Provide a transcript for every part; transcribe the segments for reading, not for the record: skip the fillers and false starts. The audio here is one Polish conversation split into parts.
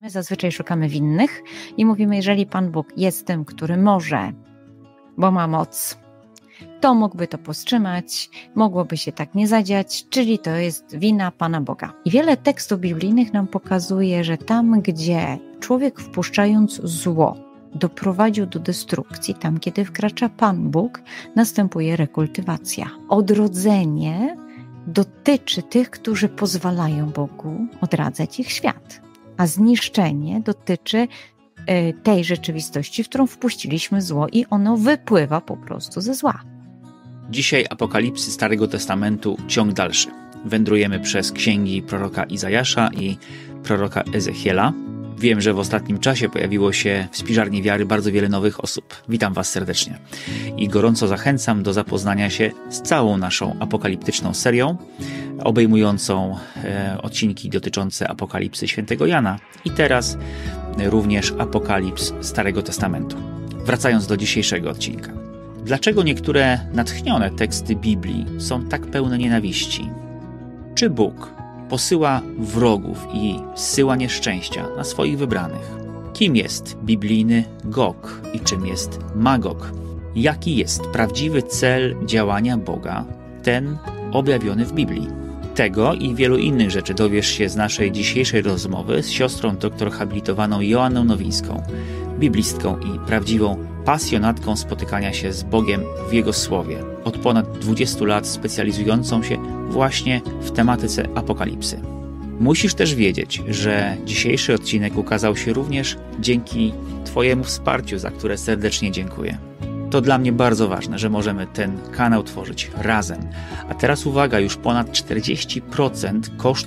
My zazwyczaj szukamy winnych i mówimy, jeżeli Pan Bóg jest tym, który może, bo ma moc, to mógłby to powstrzymać, mogłoby się tak nie zadziać, czyli to jest wina Pana Boga. I wiele tekstów biblijnych nam pokazuje, że tam, gdzie człowiek wpuszczając zło doprowadził do destrukcji, tam kiedy wkracza Pan Bóg, następuje rekultywacja. Odrodzenie dotyczy tych, którzy pozwalają Bogu odradzać ich świat. A zniszczenie dotyczy tej rzeczywistości, w którą wpuściliśmy zło i ono wypływa po prostu ze zła. Dzisiaj Apokalipsy Starego Testamentu ciąg dalszy. Wędrujemy przez księgi proroka Izajasza i proroka Ezechiela. Wiem, że w ostatnim czasie pojawiło się w Spiżarni Wiary bardzo wiele nowych osób. Witam Was serdecznie i gorąco zachęcam do zapoznania się z całą naszą apokaliptyczną serią, obejmującą odcinki dotyczące Apokalipsy Świętego Jana i teraz również Apokalips Starego Testamentu. Wracając do dzisiejszego odcinka. Dlaczego niektóre natchnione teksty Biblii są tak pełne nienawiści? Czy Bóg posyła wrogów i zsyła nieszczęścia na swoich wybranych? Kim jest biblijny Gog i czym jest Magog? Jaki jest prawdziwy cel działania Boga, ten objawiony w Biblii? Tego i wielu innych rzeczy dowiesz się z naszej dzisiejszej rozmowy z siostrą doktor habilitowaną Joanną Nowińską, biblistką i prawdziwą pasjonatką spotykania się z Bogiem w Jego Słowie, od ponad 20 lat specjalizującą się właśnie w tematyce apokalipsy. Musisz też wiedzieć, że dzisiejszy odcinek ukazał się również dzięki Twojemu wsparciu, za które serdecznie dziękuję. To dla mnie bardzo ważne, że możemy ten kanał tworzyć razem. A teraz uwaga, już ponad 40%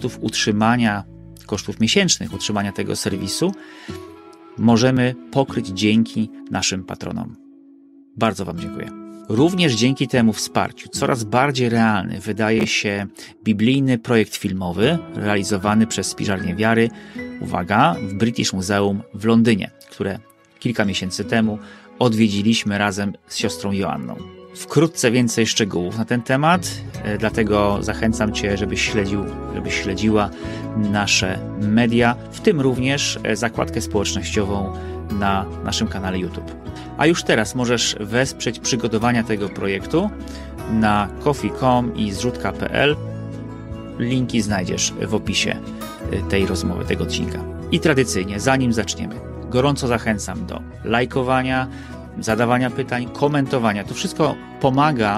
kosztów miesięcznych utrzymania tego serwisu możemy pokryć dzięki naszym patronom. Bardzo Wam dziękuję. Również dzięki temu wsparciu coraz bardziej realny wydaje się biblijny projekt filmowy realizowany przez Spiżarnię Wiary, uwaga, w British Museum w Londynie, które kilka miesięcy temu odwiedziliśmy razem z siostrą Joanną. Wkrótce więcej szczegółów na ten temat, dlatego zachęcam Cię, żebyś śledziła nasze media, w tym również zakładkę społecznościową na naszym kanale YouTube. A już teraz możesz wesprzeć przygotowania tego projektu na coffee.com i zrzutka.pl. Linki znajdziesz w opisie tej rozmowy, tego odcinka. I tradycyjnie, zanim zaczniemy, gorąco zachęcam do lajkowania, zadawania pytań, komentowania. To wszystko pomaga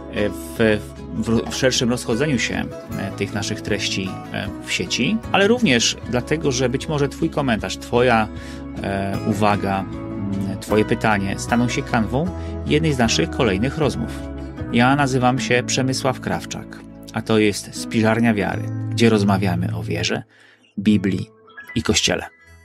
w szerszym rozchodzeniu się tych naszych treści w sieci, ale również dlatego, że być może Twój komentarz, Twoja uwaga, Twoje pytanie staną się kanwą jednej z naszych kolejnych rozmów. Ja nazywam się Przemysław Krawczak, a to jest Spiżarnia Wiary, gdzie rozmawiamy o wierze, Biblii i Kościele.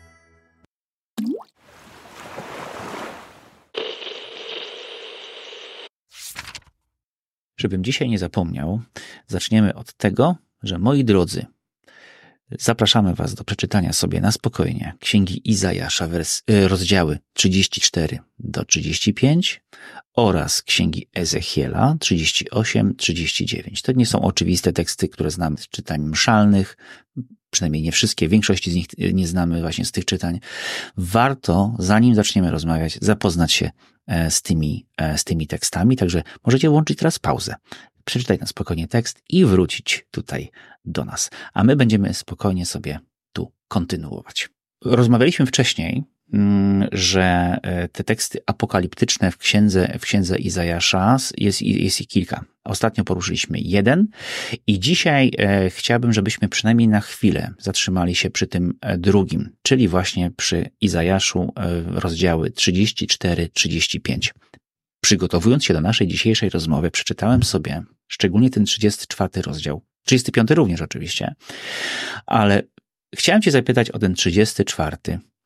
Żebym dzisiaj nie zapomniał, zaczniemy od tego, że moi drodzy, zapraszamy Was do przeczytania sobie na spokojnie Księgi Izajasza, rozdziały 34 do 35 oraz Księgi Ezechiela 38-39. To nie są oczywiste teksty, które znamy z czytań mszalnych, przynajmniej nie wszystkie, większości z nich nie znamy właśnie z tych czytań. Warto, zanim zaczniemy rozmawiać, zapoznać się z tymi tekstami, także możecie włączyć teraz pauzę, przeczytać na spokojnie tekst i wrócić tutaj do nas. A my będziemy spokojnie sobie tu kontynuować. Rozmawialiśmy wcześniej, że te teksty apokaliptyczne w księdze Izajasza jest ich kilka. Ostatnio poruszyliśmy jeden i dzisiaj chciałbym, żebyśmy przynajmniej na chwilę zatrzymali się przy tym drugim, czyli właśnie przy Izajaszu rozdziały 34-35. Przygotowując się do naszej dzisiejszej rozmowy, przeczytałem sobie szczególnie ten 34 rozdział, 35 również oczywiście, ale chciałem Cię zapytać o ten 34.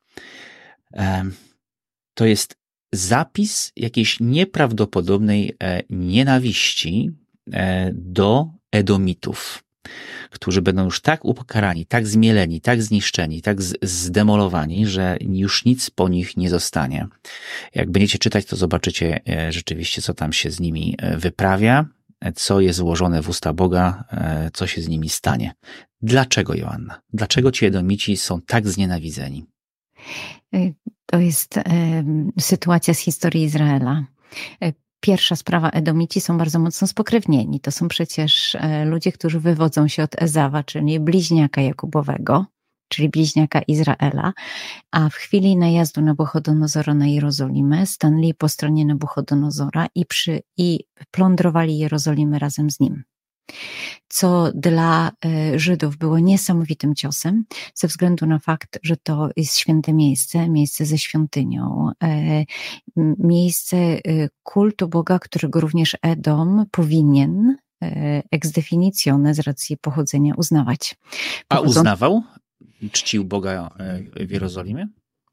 To jest zapis jakiejś nieprawdopodobnej nienawiści do Edomitów, którzy będą już tak ukarani, tak zmieleni, tak zniszczeni, tak zdemolowani, że już nic po nich nie zostanie. Jak będziecie czytać, to zobaczycie rzeczywiście, co tam się z nimi wyprawia co jest włożone w usta Boga, co się z nimi stanie. Dlaczego, Joanna? Dlaczego ci Edomici są tak znienawidzeni? To jest sytuacja z historii Izraela. Pierwsza sprawa, Edomici są bardzo mocno spokrewnieni. To są przecież ludzie, którzy wywodzą się od Ezawa, czyli bliźniaka Jakubowego, czyli bliźniaka Izraela, a w chwili najazdu Nabuchodonozora na Jerozolimę stanęli po stronie Nabuchodonozora i plądrowali Jerozolimę razem z nim. Co dla Żydów było niesamowitym ciosem, ze względu na fakt, że to jest święte miejsce ze świątynią, miejsce kultu Boga, którego również Edom powinien ex definitione z racji pochodzenia uznawać. A uznawał? Czcił Boga w Jerozolimie?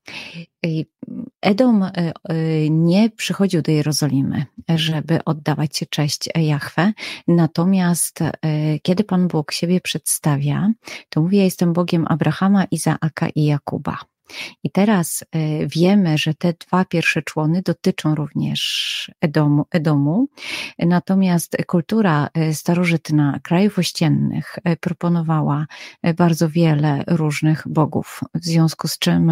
Edom nie przychodził do Jerozolimy, żeby oddawać się cześć Jahwe, natomiast kiedy Pan Bóg siebie przedstawia, to mówi: ja jestem Bogiem Abrahama, Izaaka i Jakuba. I teraz wiemy, że te dwa pierwsze człony dotyczą również Edomu, natomiast kultura starożytna krajów ościennych proponowała bardzo wiele różnych bogów, w związku z czym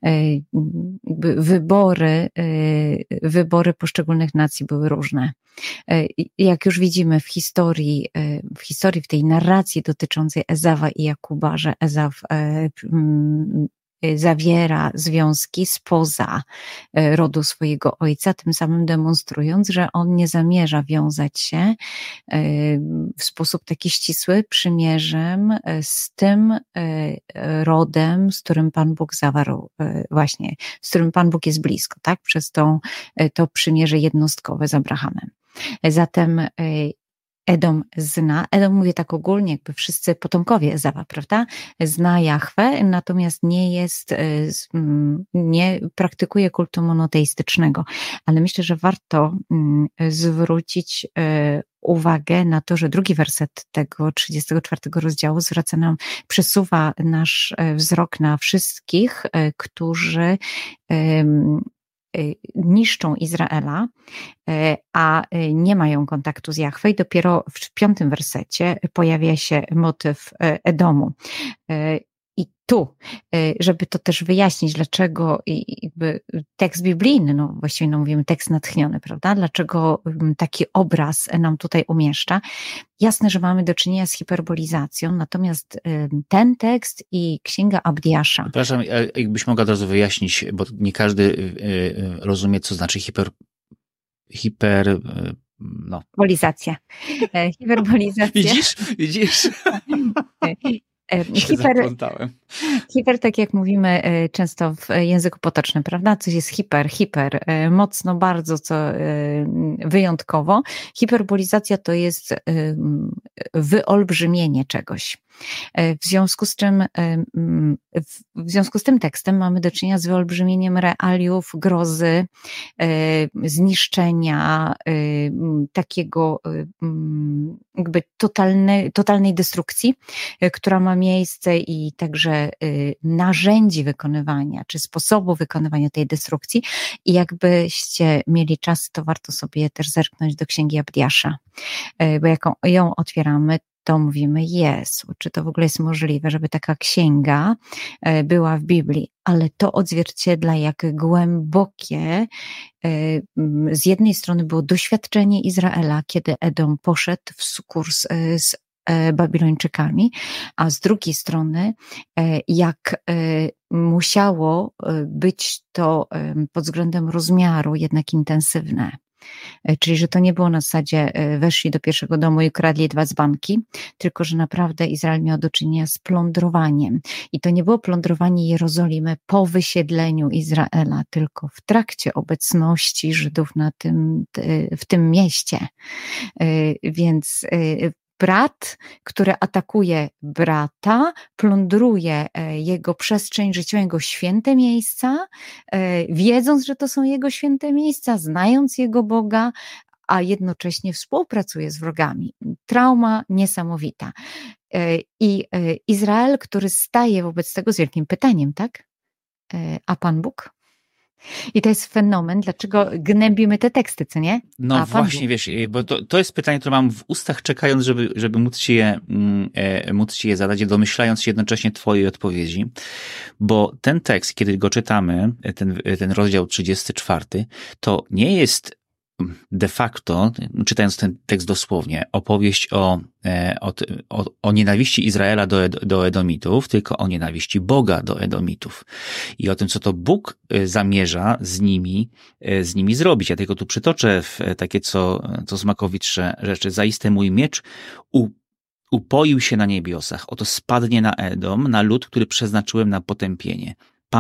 wybory poszczególnych nacji były różne. Jak już widzimy w tej narracji dotyczącej Ezawa i Jakuba, że Ezaw zawiera związki spoza rodu swojego ojca, tym samym demonstrując, że on nie zamierza wiązać się w sposób taki ścisły przymierzem z tym rodem, z którym Pan Bóg zawarł właśnie, z którym Pan Bóg jest blisko, tak? Przez to przymierze jednostkowe z Abrahamem. Zatem Edom mówię tak ogólnie, jakby wszyscy potomkowie Ezawa, prawda? Zna Jahwe, natomiast nie praktykuje kultu monoteistycznego. Ale myślę, że warto zwrócić uwagę na to, że drugi werset tego 34 rozdziału przesuwa nasz wzrok na wszystkich, którzy niszczą Izraela, a nie mają kontaktu z Jahwe, i dopiero w 5 wersecie pojawia się motyw Edomu. I tu, żeby to też wyjaśnić, dlaczego jakby tekst biblijny, no właściwie mówimy tekst natchniony, prawda? Dlaczego taki obraz nam tutaj umieszcza? Jasne, że mamy do czynienia z hiperbolizacją, natomiast ten tekst i Księga Abdiasza. Przepraszam, jakbyś mogła od razu wyjaśnić, bo nie każdy rozumie, co znaczy Hiperbolizacja. Widzisz? Hiper, tak jak mówimy często w języku potocznym, prawda? Coś jest hiper, mocno, bardzo, wyjątkowo. Hiperbolizacja to jest wyolbrzymienie czegoś. W związku z tym tekstem mamy do czynienia z wyolbrzymieniem realiów, grozy, zniszczenia, takiego jakby totalnej destrukcji, która ma miejsce, i także narzędzi wykonywania, czy sposobu wykonywania tej destrukcji. I jakbyście mieli czas, to warto sobie też zerknąć do Księgi Abdiasza, bo jak ją otwieramy, to mówimy: Jezu, czy to w ogóle jest możliwe, żeby taka księga była w Biblii? Ale to odzwierciedla, jak głębokie z jednej strony było doświadczenie Izraela, kiedy Edom poszedł w sukurs z Babilończykami, a z drugiej strony jak musiało być to pod względem rozmiaru jednak intensywne. Czyli, że to nie było na zasadzie weszli do pierwszego domu i ukradli 2 dzbanki, tylko że naprawdę Izrael miał do czynienia z plądrowaniem. I to nie było plądrowanie Jerozolimy po wysiedleniu Izraela, tylko w trakcie obecności Żydów w tym mieście. Więc brat, który atakuje brata, plądruje jego przestrzeń życiową, jego święte miejsca, wiedząc, że to są jego święte miejsca, znając jego Boga, a jednocześnie współpracuje z wrogami. Trauma niesamowita. I Izrael, który staje wobec tego z wielkim pytaniem, tak? A Pan Bóg? I to jest fenomen, dlaczego gnębimy te teksty, co nie? No właśnie, wiesz, bo to jest pytanie, które mam w ustach, czekając, żeby móc ci je zadać, domyślając się jednocześnie twojej odpowiedzi, bo ten tekst, kiedy go czytamy, ten rozdział 34, to nie jest de facto, czytając ten tekst dosłownie, opowieść o nienawiści Izraela do Edomitów, tylko o nienawiści Boga do Edomitów. I o tym, co to Bóg zamierza z nimi zrobić. Ja tylko tu przytoczę takie co smakowitsze rzeczy. Zaiste mój miecz upoił się na niebiosach. Oto spadnie na Edom, na lud, który przeznaczyłem na potępienie.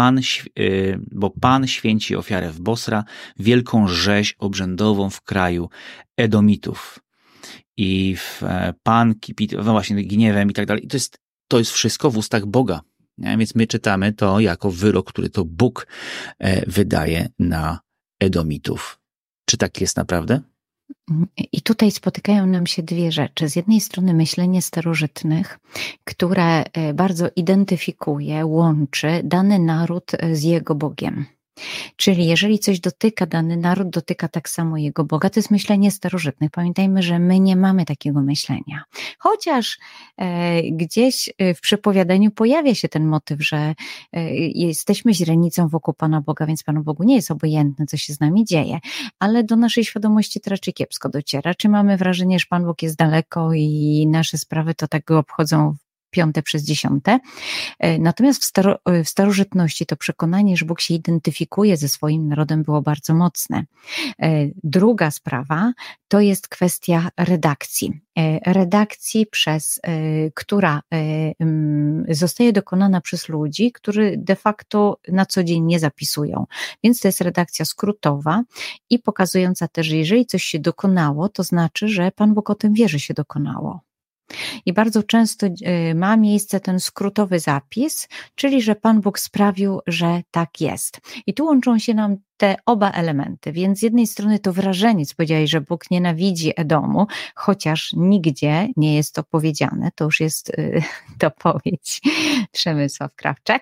Bo Pan święci ofiarę w Bosra, wielką rzeź obrzędową w kraju Edomitów. I Pan kipi, no właśnie, gniewem i tak dalej. I to jest wszystko w ustach Boga. Nie? Więc my czytamy to jako wyrok, który to Bóg wydaje na Edomitów. Czy tak jest naprawdę? I tutaj spotykają nam się dwie rzeczy. Z jednej strony myślenie starożytnych, które bardzo identyfikuje, łączy dany naród z jego Bogiem. Czyli jeżeli coś dotyka dany naród, dotyka tak samo jego Boga. To jest myślenie starożytnych. Pamiętajmy, że my nie mamy takiego myślenia. Chociaż gdzieś w przepowiadaniu pojawia się ten motyw, że jesteśmy źrenicą wokół Pana Boga, więc Panu Bogu nie jest obojętne, co się z nami dzieje. Ale do naszej świadomości to raczej kiepsko dociera. Czy mamy wrażenie, że Pan Bóg jest daleko i nasze sprawy to tak go obchodzą 5 przez 10. Natomiast w starożytności to przekonanie, że Bóg się identyfikuje ze swoim narodem, było bardzo mocne. Druga sprawa to jest kwestia redakcji. Redakcji, która zostaje dokonana przez ludzi, którzy de facto na co dzień nie zapisują. Więc to jest redakcja skrótowa i pokazująca też, że jeżeli coś się dokonało, to znaczy, że Pan Bóg o tym wie, że się dokonało. I bardzo często ma miejsce ten skrótowy zapis, czyli że Pan Bóg sprawił, że tak jest. I tu łączą się nam te oba elementy, więc z jednej strony to wrażenie, co powiedziałeś, że Bóg nienawidzi Edomu, chociaż nigdzie nie jest to powiedziane, to już jest dopowiedź Przemysław Krawczak.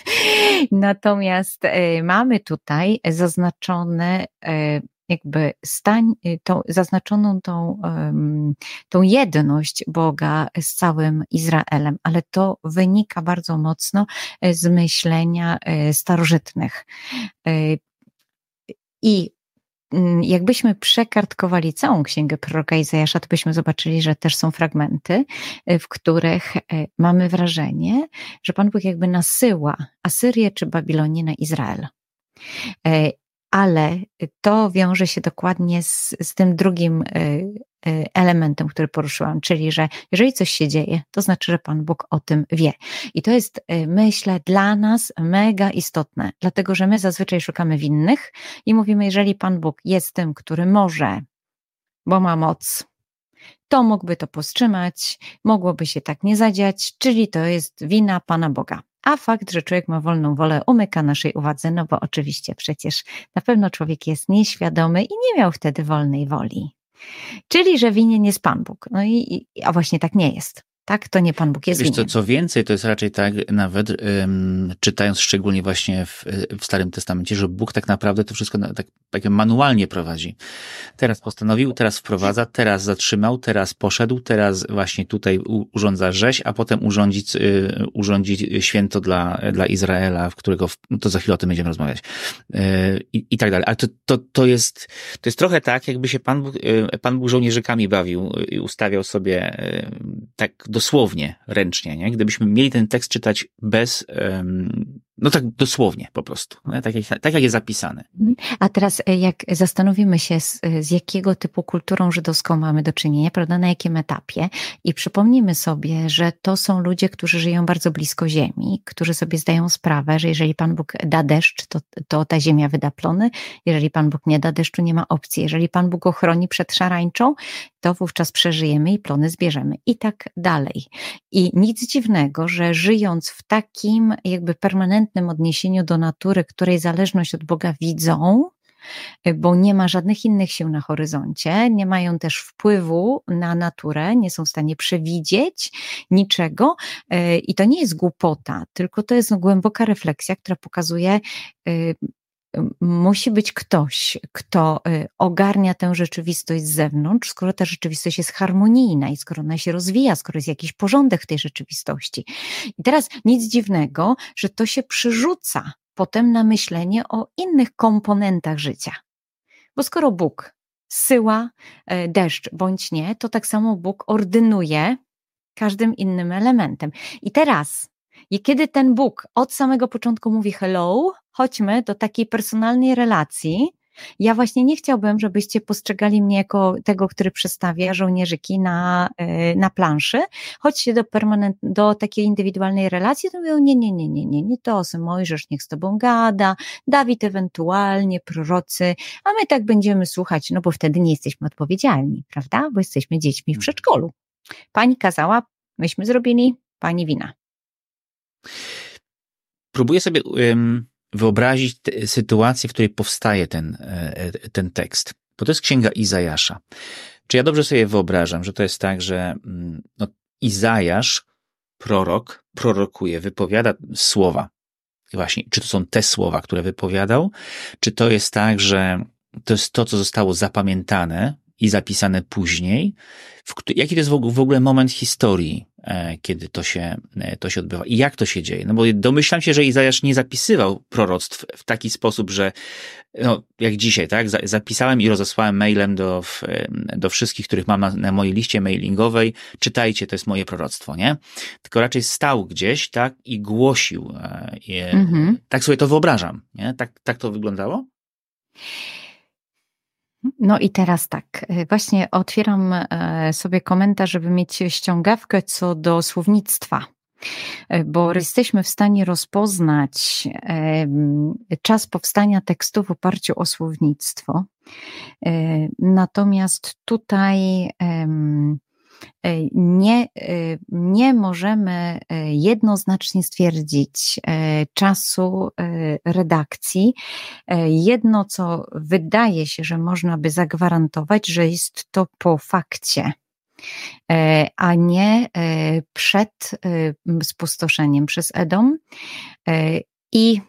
Natomiast mamy tutaj zaznaczone jakby zaznaczoną tą jedność Boga z całym Izraelem, ale to wynika bardzo mocno z myślenia starożytnych. I jakbyśmy przekartkowali całą księgę proroka Izajasza, to byśmy zobaczyli, że też są fragmenty, w których mamy wrażenie, że Pan Bóg jakby nasyła Asyrię czy Babilonię na Izrael. Ale to wiąże się dokładnie z tym drugim elementem, który poruszyłam, czyli że jeżeli coś się dzieje, to znaczy, że Pan Bóg o tym wie. I to jest, myślę, dla nas mega istotne, dlatego że my zazwyczaj szukamy winnych i mówimy, jeżeli Pan Bóg jest tym, który może, bo ma moc, to mógłby to powstrzymać, mogłoby się tak nie zadziać, czyli to jest wina Pana Boga. A fakt, że człowiek ma wolną wolę, umyka naszej uwadze, no bo oczywiście przecież na pewno człowiek jest nieświadomy i nie miał wtedy wolnej woli. Czyli, że winien jest Pan Bóg. No a właśnie tak nie jest. Tak, to nie Pan Bóg jest winien. Co więcej, to jest raczej tak, nawet czytając szczególnie właśnie w Starym Testamencie, że Bóg tak naprawdę to wszystko tak manualnie prowadzi. Teraz postanowił, teraz wprowadza, teraz zatrzymał, teraz poszedł, teraz właśnie tutaj urządza rzeź, a potem urządzi święto dla Izraela, w którego, to za chwilę o tym będziemy rozmawiać. I tak dalej. Ale to jest trochę tak, jakby się Pan Bóg żołnierzykami bawił i ustawiał sobie tak dosłownie, ręcznie, nie? Gdybyśmy mieli ten tekst czytać no tak dosłownie po prostu, tak jak jest zapisane. A teraz jak zastanowimy się z jakiego typu kulturą żydowską mamy do czynienia, prawda, na jakim etapie i przypomnimy sobie, że to są ludzie, którzy żyją bardzo blisko ziemi, którzy sobie zdają sprawę, że jeżeli Pan Bóg da deszcz, to ta ziemia wyda plony, jeżeli Pan Bóg nie da deszczu, nie ma opcji, jeżeli Pan Bóg ochroni przed szarańczą, to wówczas przeżyjemy i plony zbierzemy i tak dalej. I nic dziwnego, że żyjąc w takim jakby permanentnym odniesieniu do natury, której zależność od Boga widzą, bo nie ma żadnych innych sił na horyzoncie, nie mają też wpływu na naturę, nie są w stanie przewidzieć niczego i to nie jest głupota, tylko to jest głęboka refleksja, która pokazuje musi być ktoś, kto ogarnia tę rzeczywistość z zewnątrz, skoro ta rzeczywistość jest harmonijna i skoro ona się rozwija, skoro jest jakiś porządek w tej rzeczywistości. I teraz nic dziwnego, że to się przerzuca potem na myślenie o innych komponentach życia. Bo skoro Bóg zsyła deszcz bądź nie, to tak samo Bóg ordynuje każdym innym elementem. I teraz, kiedy ten Bóg od samego początku mówi hello, chodźmy do takiej personalnej relacji, ja właśnie nie chciałbym, żebyście postrzegali mnie jako tego, który przestawia żołnierzyki na planszy. Chodźcie do takiej indywidualnej relacji, to mówią nie, to Mojżesz niech z tobą gada, Dawid ewentualnie, prorocy, a my tak będziemy słuchać, no bo wtedy nie jesteśmy odpowiedzialni, prawda? Bo jesteśmy dziećmi w przedszkolu. Pani kazała, myśmy zrobili, pani wina. Próbuję sobie wyobrazić sytuację, w której powstaje ten tekst. Bo to jest księga Izajasza. Czy ja dobrze sobie wyobrażam, że to jest tak, że Izajasz, prorok, prorokuje, wypowiada słowa. I właśnie, czy to są te słowa, które wypowiadał, czy to jest tak, że to jest to, co zostało zapamiętane i zapisane później. Jaki to jest w ogóle moment historii, kiedy to się odbywa i jak to się dzieje? No bo domyślam się, że Izajasz nie zapisywał proroctw w taki sposób, że jak dzisiaj, tak? Zapisałem i rozesłałem mailem do wszystkich, których mam na mojej liście mailingowej. Czytajcie, to jest moje proroctwo, nie? Tylko raczej stał gdzieś, tak? I głosił. Tak sobie to wyobrażam, nie? Tak to wyglądało? No i teraz tak, właśnie otwieram sobie komentarz, żeby mieć ściągawkę co do słownictwa, bo jesteśmy w stanie rozpoznać czas powstania tekstu w oparciu o słownictwo. Natomiast tutaj nie możemy jednoznacznie stwierdzić czasu redakcji. Jedno, co wydaje się, że można by zagwarantować, że jest to po fakcie, a nie przed spustoszeniem przez Edom i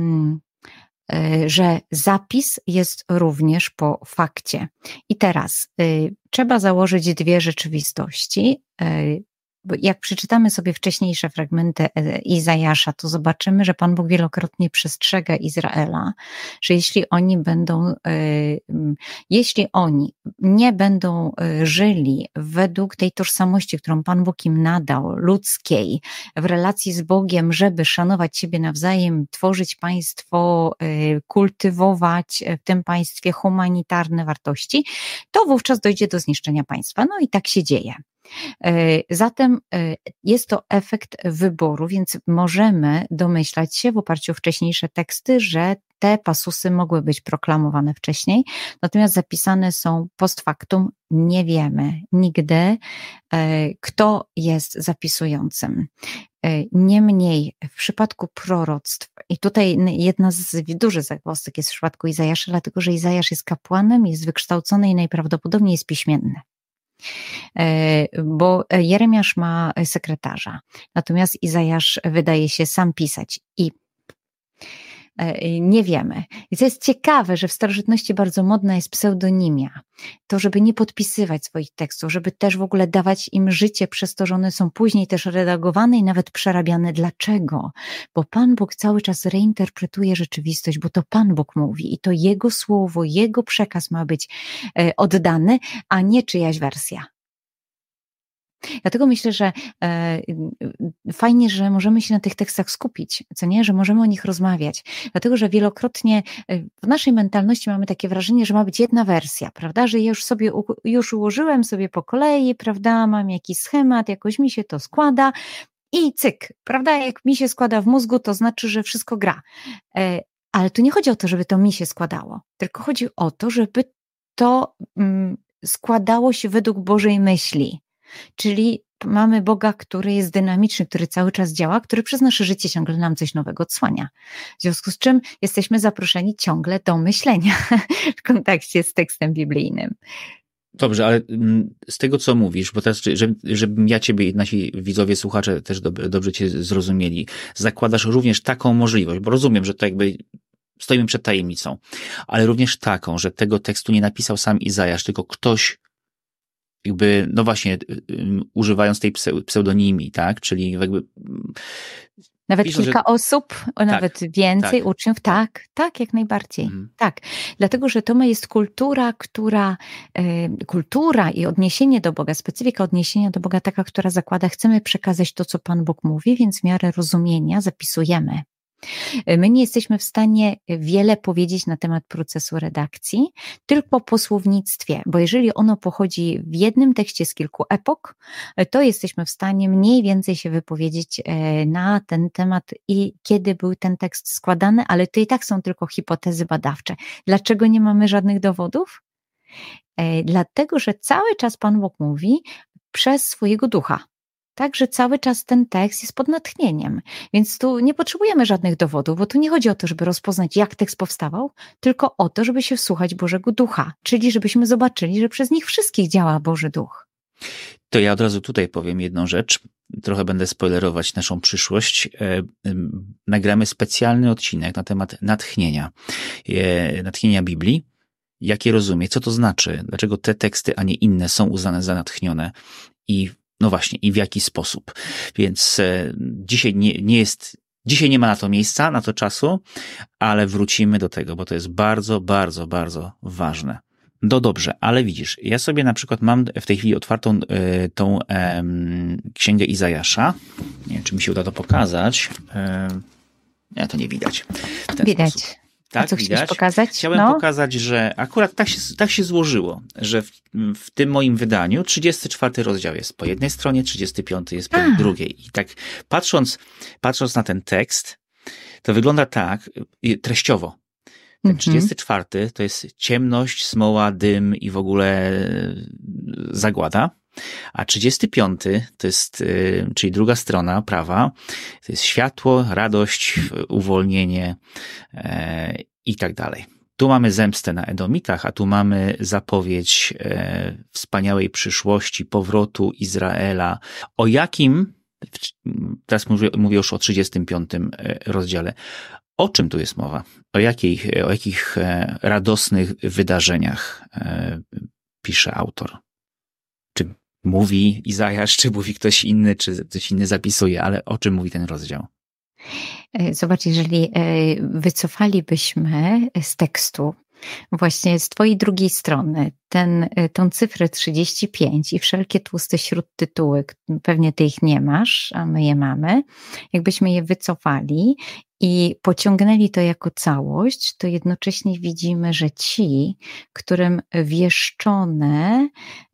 że zapis jest również po fakcie. I teraz trzeba założyć dwie rzeczywistości. Jak przeczytamy sobie wcześniejsze fragmenty Izajasza, to zobaczymy, że Pan Bóg wielokrotnie przestrzega Izraela, że jeśli oni nie będą żyli według tej tożsamości, którą Pan Bóg im nadał, ludzkiej, w relacji z Bogiem, żeby szanować siebie nawzajem, tworzyć państwo, kultywować w tym państwie humanitarne wartości, to wówczas dojdzie do zniszczenia państwa. No i tak się dzieje. Zatem jest to efekt wyboru, więc możemy domyślać się w oparciu o wcześniejsze teksty, że te pasusy mogły być proklamowane wcześniej, natomiast zapisane są post factum. Nie wiemy nigdy, kto jest zapisującym. Niemniej w przypadku proroctw, i tutaj jedna z dużych zagwozdek jest w przypadku Izajasza, dlatego że Izajasz jest kapłanem, jest wykształcony i najprawdopodobniej jest piśmienny. Bo Jeremiasz ma sekretarza, natomiast Izajasz wydaje się sam pisać i nie wiemy. I co jest ciekawe, że w starożytności bardzo modna jest pseudonimia. To, żeby nie podpisywać swoich tekstów, żeby też w ogóle dawać im życie przez to, że one są później też redagowane i nawet przerabiane. Dlaczego? Bo Pan Bóg cały czas reinterpretuje rzeczywistość, bo to Pan Bóg mówi i to Jego słowo, Jego przekaz ma być oddany, a nie czyjaś wersja. Dlatego myślę, że fajnie, że możemy się na tych tekstach skupić, co nie, że możemy o nich rozmawiać, dlatego, że wielokrotnie w naszej mentalności mamy takie wrażenie, że ma być jedna wersja, prawda, że ja już ułożyłem sobie po kolei, prawda, mam jakiś schemat, jakoś mi się to składa i cyk, prawda, jak mi się składa w mózgu, to znaczy, że wszystko gra. Ale tu nie chodzi o to, żeby to mi się składało, tylko chodzi o to, żeby to składało się według Bożej myśli. Czyli mamy Boga, który jest dynamiczny, który cały czas działa, który przez nasze życie ciągle nam coś nowego odsłania. W związku z czym jesteśmy zaproszeni ciągle do myślenia w kontekście z tekstem biblijnym. Dobrze, ale z tego, co mówisz, bo teraz, żebym ja ciebie i nasi widzowie, słuchacze też dobrze cię zrozumieli, zakładasz również taką możliwość, bo rozumiem, że to jakby stoimy przed tajemnicą, ale również taką, że tego tekstu nie napisał sam Izajasz, tylko ktoś jakby, no właśnie, używając tej pseudonimii, tak, czyli jakby... Nawet kilka osób, nawet więcej uczniów, tak, jak najbardziej. Tak, dlatego, że to jest kultura, kultura i odniesienie do Boga, specyfika odniesienia do Boga taka, która zakłada, chcemy przekazać to, co Pan Bóg mówi, więc w miarę rozumienia zapisujemy. My nie jesteśmy w stanie wiele powiedzieć na temat procesu redakcji, tylko po słownictwie, bo jeżeli ono pochodzi w jednym tekście z kilku epok, to jesteśmy w stanie mniej więcej się wypowiedzieć na ten temat i kiedy był ten tekst składany, ale to i tak są tylko hipotezy badawcze. Dlaczego nie mamy żadnych dowodów? Dlatego, że cały czas Pan Bóg mówi przez swojego ducha. Także cały czas ten tekst jest pod natchnieniem, więc tu nie potrzebujemy żadnych dowodów, bo tu nie chodzi o to, żeby rozpoznać, jak tekst powstawał, tylko o to, żeby się wsłuchać Bożego Ducha, czyli żebyśmy zobaczyli, że przez nich wszystkich działa Boży Duch. To ja od razu tutaj powiem jedną rzecz, trochę będę spoilerować naszą przyszłość. Nagramy specjalny odcinek na temat natchnienia Biblii. Jak je rozumie, co to znaczy, dlaczego te teksty, a nie inne są uznane za natchnione i no właśnie, i w jaki sposób. Więc dzisiaj nie ma na to miejsca, na to czasu, ale wrócimy do tego, bo to jest bardzo, bardzo, bardzo ważne. No dobrze, ale widzisz, ja sobie na przykład mam w tej chwili otwartą tą księgę Izajasza. Nie wiem, czy mi się uda to pokazać. Nie, to nie widać. Widać. Sposób. Tak, a co chciałeś pokazać? Chciałem pokazać, że akurat tak się złożyło, że w tym moim wydaniu 34 rozdział jest po jednej stronie, 35 jest po drugiej. I tak patrząc na ten tekst, to wygląda tak treściowo. Ten 34 to jest ciemność, smoła, dym i w ogóle zagłada. A 35 to jest, czyli druga strona, prawa, to jest światło, radość, uwolnienie i tak dalej. Tu mamy zemstę na Edomitach, a tu mamy zapowiedź wspaniałej przyszłości, powrotu Izraela. O jakim, teraz mówię już o 35 rozdziale, o czym tu jest mowa? O jakich radosnych wydarzeniach pisze autor? Czy mówi Izajasz, czy mówi ktoś inny, czy ktoś inny zapisuje, ale o czym mówi ten rozdział? Zobacz, jeżeli wycofalibyśmy z tekstu właśnie z twojej drugiej strony tą cyfrę 35 i wszelkie tłuste śródtytuły, pewnie ty ich nie masz, a my je mamy, jakbyśmy je wycofali i pociągnęli to jako całość, to jednocześnie widzimy, że ci, którym wieszczone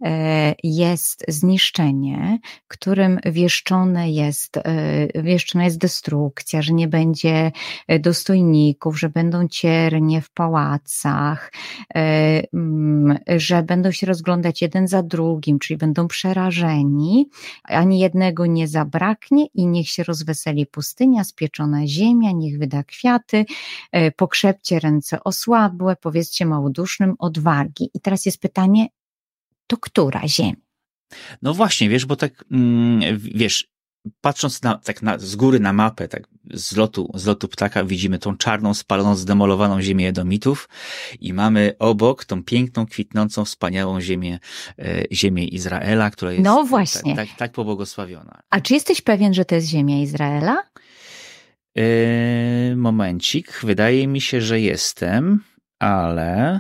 jest zniszczenie, którym wieszczona jest destrukcja, że nie będzie dostojników, że będą ciernie w pałacach, że będą się rozglądać jeden za drugim, czyli będą przerażeni, ani jednego nie zabraknie i niech się rozweseli pustynia, spieczona ziemia, niech wyda kwiaty, pokrzepcie ręce osłabłe, powiedzcie małodusznym odwagi. I teraz jest pytanie, to która ziemia? No właśnie, wiesz, bo tak, patrząc z góry na mapę, tak z lotu ptaka widzimy tą czarną, spaloną, zdemolowaną ziemię Edomitów i mamy obok tą piękną, kwitnącą, wspaniałą ziemię Izraela, która jest no właśnie. tak pobłogosławiona. A czy jesteś pewien, że to jest ziemia Izraela? Momencik, wydaje mi się, że jestem, ale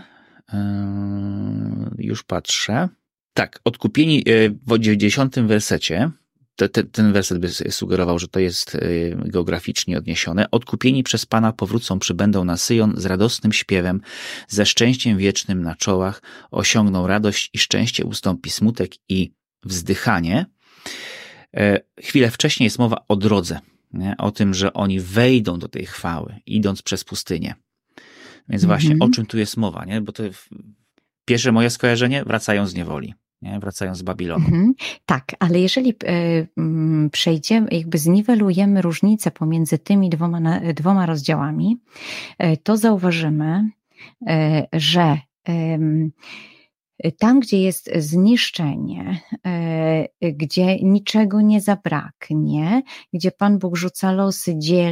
już patrzę. Tak, odkupieni w 90 wersecie, ten werset by sugerował, że to jest geograficznie odniesione. Odkupieni przez Pana powrócą, przybędą na Syjon z radosnym śpiewem, ze szczęściem wiecznym na czołach, osiągną radość i szczęście, ustąpi smutek i wzdychanie. Chwilę wcześniej jest mowa o drodze, nie? O tym, że oni wejdą do tej chwały, idąc przez pustynię. Więc właśnie o czym tu jest mowa, nie? Bo to pierwsze moje skojarzenie, wracają z niewoli. Nie? Wracają z Babilonu. Tak, ale jeżeli przejdziemy, jakby zniwelujemy różnicę pomiędzy tymi dwoma rozdziałami, to zauważymy, że Tam, gdzie jest zniszczenie, gdzie niczego nie zabraknie, gdzie Pan Bóg rzuca losy,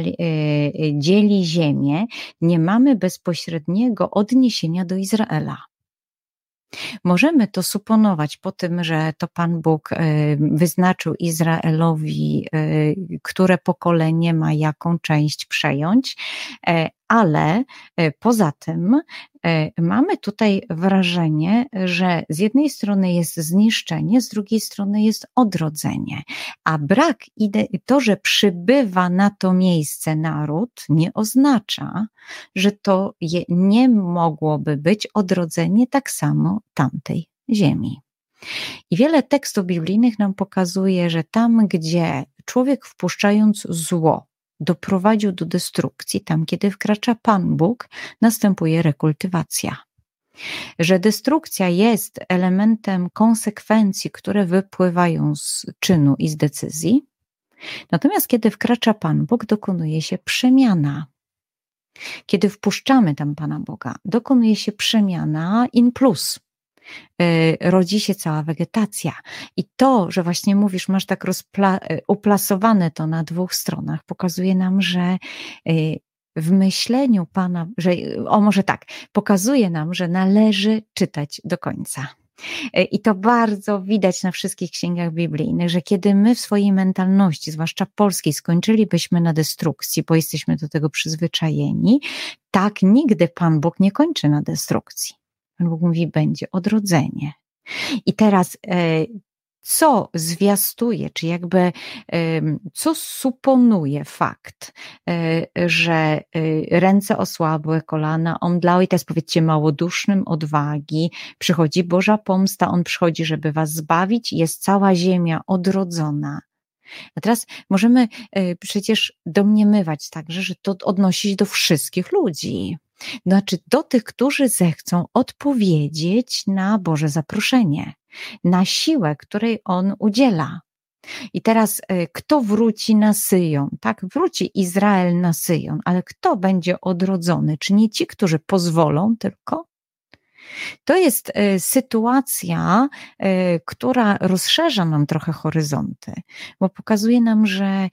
dzieli ziemię, nie mamy bezpośredniego odniesienia do Izraela. Możemy to suponować po tym, że to Pan Bóg wyznaczył Izraelowi, które pokolenie ma jaką część przejąć, ale poza tym mamy tutaj wrażenie, że z jednej strony jest zniszczenie, z drugiej strony jest odrodzenie, a brak to, że przybywa na to miejsce naród, nie oznacza, że to nie mogłoby być odrodzenie tak samo tamtej ziemi. I wiele tekstów biblijnych nam pokazuje, że tam, gdzie człowiek wpuszczając zło doprowadził do destrukcji, tam kiedy wkracza Pan Bóg, następuje rekultywacja. Że destrukcja jest elementem konsekwencji, które wypływają z czynu i z decyzji, natomiast kiedy wkracza Pan Bóg, dokonuje się przemiana. Kiedy wpuszczamy tam Pana Boga, dokonuje się przemiana in plus. Rodzi się cała wegetacja. I to, że właśnie mówisz, masz tak uplasowane to na dwóch stronach, pokazuje nam, że w myśleniu Pana, pokazuje nam, że należy czytać do końca. I to bardzo widać na wszystkich księgach biblijnych, że kiedy my w swojej mentalności, zwłaszcza polskiej, skończylibyśmy na destrukcji, bo jesteśmy do tego przyzwyczajeni, tak nigdy Pan Bóg nie kończy na destrukcji. Pan Bóg mówi, będzie odrodzenie. I teraz co zwiastuje, czy jakby co suponuje fakt, że ręce osłabłe, kolana omdlały i teraz powiedzcie małodusznym odwagi, przychodzi Boża pomsta, On przychodzi, żeby was zbawić, jest cała ziemia odrodzona. A teraz możemy przecież domniemywać także, że to odnosi się do wszystkich ludzi. Znaczy do tych, którzy zechcą odpowiedzieć na Boże zaproszenie, na siłę, której On udziela. I teraz kto wróci na Syjon? Tak, wróci Izrael na Syjon, ale kto będzie odrodzony? Czy nie ci, którzy pozwolą tylko? To jest sytuacja, która rozszerza nam trochę horyzonty, bo pokazuje nam, że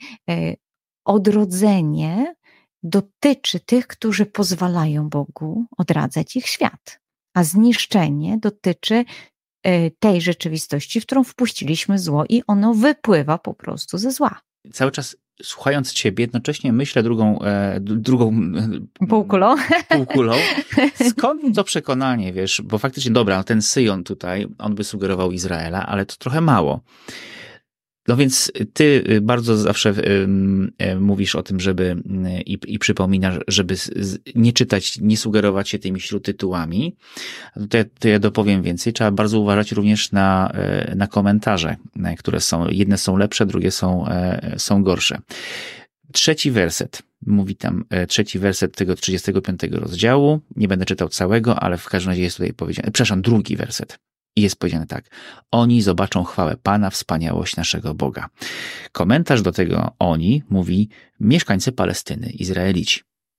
odrodzenie dotyczy tych, którzy pozwalają Bogu odradzać ich świat, a zniszczenie dotyczy tej rzeczywistości, w którą wpuściliśmy zło i ono wypływa po prostu ze zła. Cały czas słuchając ciebie, jednocześnie myślę drugą półkulą. Skąd to przekonanie, wiesz, bo faktycznie dobra, ten Syjon tutaj, on by sugerował Izraela, ale to trochę mało. No więc ty bardzo zawsze mówisz o tym, żeby i przypominasz, żeby nie czytać, nie sugerować się tymi śródtytułami. To ja dopowiem więcej. Trzeba bardzo uważać również na komentarze, które są, jedne są lepsze, drugie są gorsze. Trzeci werset, mówi tam trzeci werset tego 35 rozdziału. Nie będę czytał całego, ale w każdym razie jest tutaj powiedziane, drugi werset. I jest powiedziane tak. Oni zobaczą chwałę Pana, wspaniałość naszego Boga. Komentarz do tego oni mówi mieszkańcy Palestyny, Izraelici.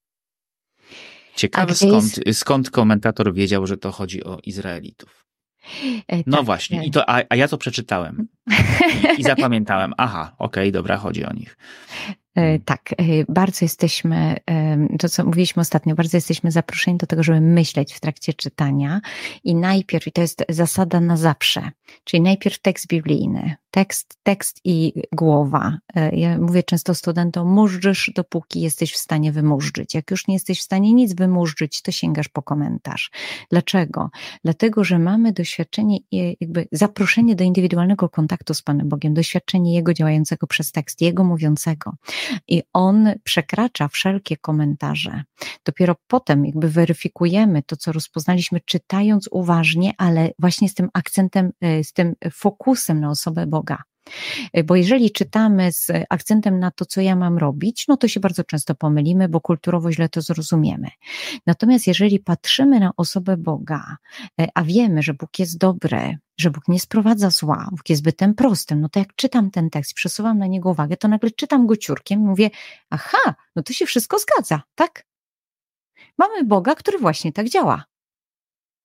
Ciekawe skąd komentator wiedział, że to chodzi o Izraelitów. No tak, właśnie. A ja to przeczytałem i zapamiętałem. Aha, okej, dobra, chodzi o nich. Tak, bardzo jesteśmy, to co mówiliśmy ostatnio, bardzo jesteśmy zaproszeni do tego, żeby myśleć w trakcie czytania i najpierw, i to jest zasada na zawsze, czyli najpierw tekst biblijny, tekst i głowa. Ja mówię często studentom, murzysz, dopóki jesteś w stanie wymurzyć. Jak już nie jesteś w stanie nic wymurzyć, to sięgasz po komentarz. Dlaczego? Dlatego, że mamy doświadczenie, jakby zaproszenie do indywidualnego kontaktu z Panem Bogiem, doświadczenie Jego działającego przez tekst, Jego mówiącego. I On przekracza wszelkie komentarze. Dopiero potem jakby weryfikujemy to, co rozpoznaliśmy, czytając uważnie, ale właśnie z tym akcentem, z tym fokusem na osobę Boga. Bo jeżeli czytamy z akcentem na to, co ja mam robić, no to się bardzo często pomylimy, bo kulturowo źle to zrozumiemy. Natomiast jeżeli patrzymy na osobę Boga, a wiemy, że Bóg jest dobry, że Bóg nie sprowadza zła, Bóg jest bytem prostym, no to jak czytam ten tekst, przesuwam na niego uwagę, to nagle czytam go ciurkiem i mówię, aha, no to się wszystko zgadza, tak? Mamy Boga, który właśnie tak działa.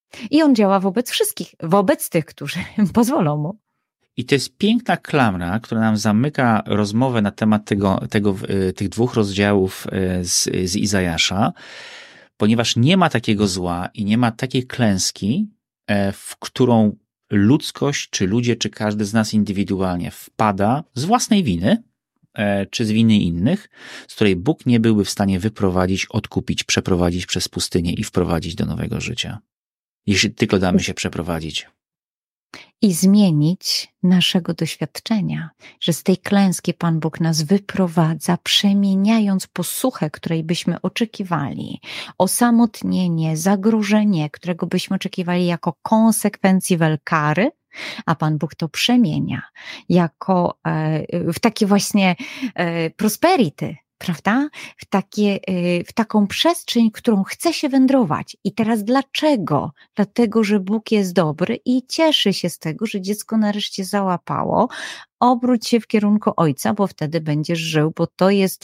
I on działa wobec wszystkich, wobec tych, którzy pozwolą mu. I to jest piękna klamra, która nam zamyka rozmowę na temat tych 2 rozdziałów z Izajasza, ponieważ nie ma takiego zła i nie ma takiej klęski, w którą ludzkość, czy ludzie, czy każdy z nas indywidualnie wpada z własnej winy, czy z winy innych, z której Bóg nie byłby w stanie wyprowadzić, odkupić, przeprowadzić przez pustynię i wprowadzić do nowego życia. Jeśli tylko damy się przeprowadzić. I zmienić naszego doświadczenia, że z tej klęski Pan Bóg nas wyprowadza, przemieniając posuchę, której byśmy oczekiwali, osamotnienie, zagrożenie, którego byśmy oczekiwali jako konsekwencji kary, a Pan Bóg to przemienia jako w takie właśnie prosperity, prawda? W taką przestrzeń, którą chce się wędrować. I teraz dlaczego? Dlatego, że Bóg jest dobry i cieszy się z tego, że dziecko nareszcie załapało. Obróć się w kierunku Ojca, bo wtedy będziesz żył, bo to jest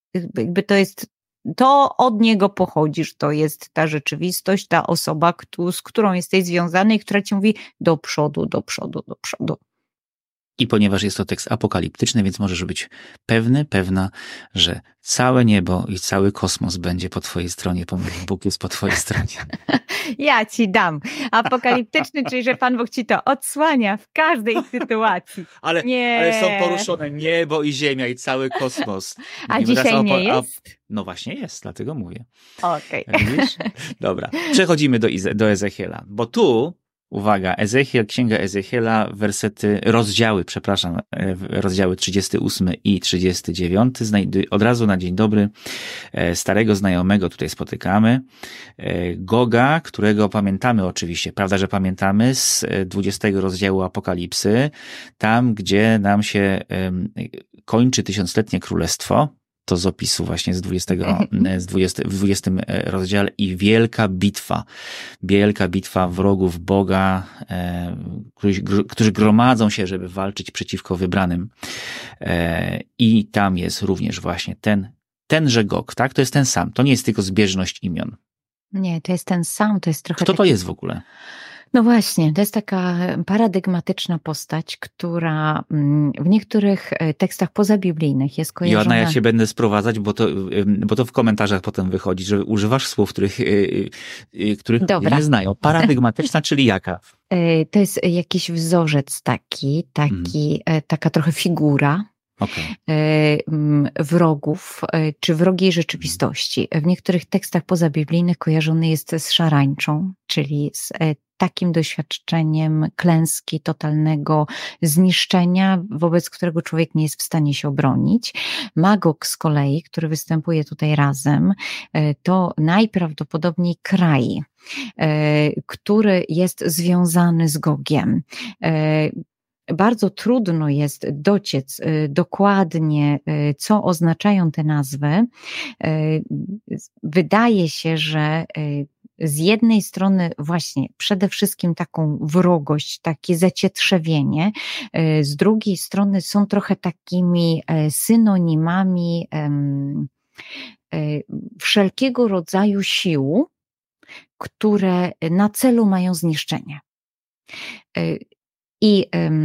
to od Niego pochodzisz, to jest ta rzeczywistość, ta osoba, z którą jesteś związany i która ci mówi do przodu, do przodu, do przodu. I ponieważ jest to tekst apokaliptyczny, więc możesz być pewna, że całe niebo i cały kosmos będzie po twojej stronie, ponieważ Bóg jest po twojej stronie. Ja ci dam. Apokaliptyczny, czyli że Pan Bóg ci to odsłania w każdej sytuacji. Ale są poruszone niebo i ziemia i cały kosmos. A dzisiaj nie jest? No właśnie jest, dlatego mówię. Okej. Widzisz? Dobra, przechodzimy do Ezechiela, bo tu uwaga, Księga Ezechiela, rozdziały 38 i 39. Od razu na dzień dobry starego znajomego tutaj spotykamy. Goga, którego pamiętamy oczywiście, prawda, że pamiętamy z 20 rozdziału Apokalipsy, tam gdzie nam się kończy 1000-letnie królestwo. To z opisu właśnie w 20 rozdziale i wielka bitwa wrogów Boga, którzy gromadzą się, żeby walczyć przeciwko wybranym. I tam jest również właśnie tenże Gog, tak? To jest ten sam, to nie jest tylko zbieżność imion. Nie, to jest ten sam, to jest trochę... Kto to jest w ogóle? No właśnie, to jest taka paradygmatyczna postać, która w niektórych tekstach pozabiblijnych jest kojarzona... Joanna, ja cię będę sprowadzać, bo to w komentarzach potem wychodzi, że używasz słów, których nie znają. Paradygmatyczna, czyli jaka? To jest jakiś wzorzec taka trochę figura. Okay. Wrogów, czy wrogiej rzeczywistości. W niektórych tekstach pozabiblijnych kojarzony jest z szarańczą, czyli z takim doświadczeniem klęski, totalnego zniszczenia, wobec którego człowiek nie jest w stanie się obronić. Magog z kolei, który występuje tutaj razem, to najprawdopodobniej kraj, który jest związany z Gogiem. Bardzo trudno jest dociec dokładnie, co oznaczają te nazwy. Wydaje się, że z jednej strony właśnie przede wszystkim taką wrogość, takie zacietrzewienie, z drugiej strony są trochę takimi synonimami wszelkiego rodzaju sił, które na celu mają zniszczenie. I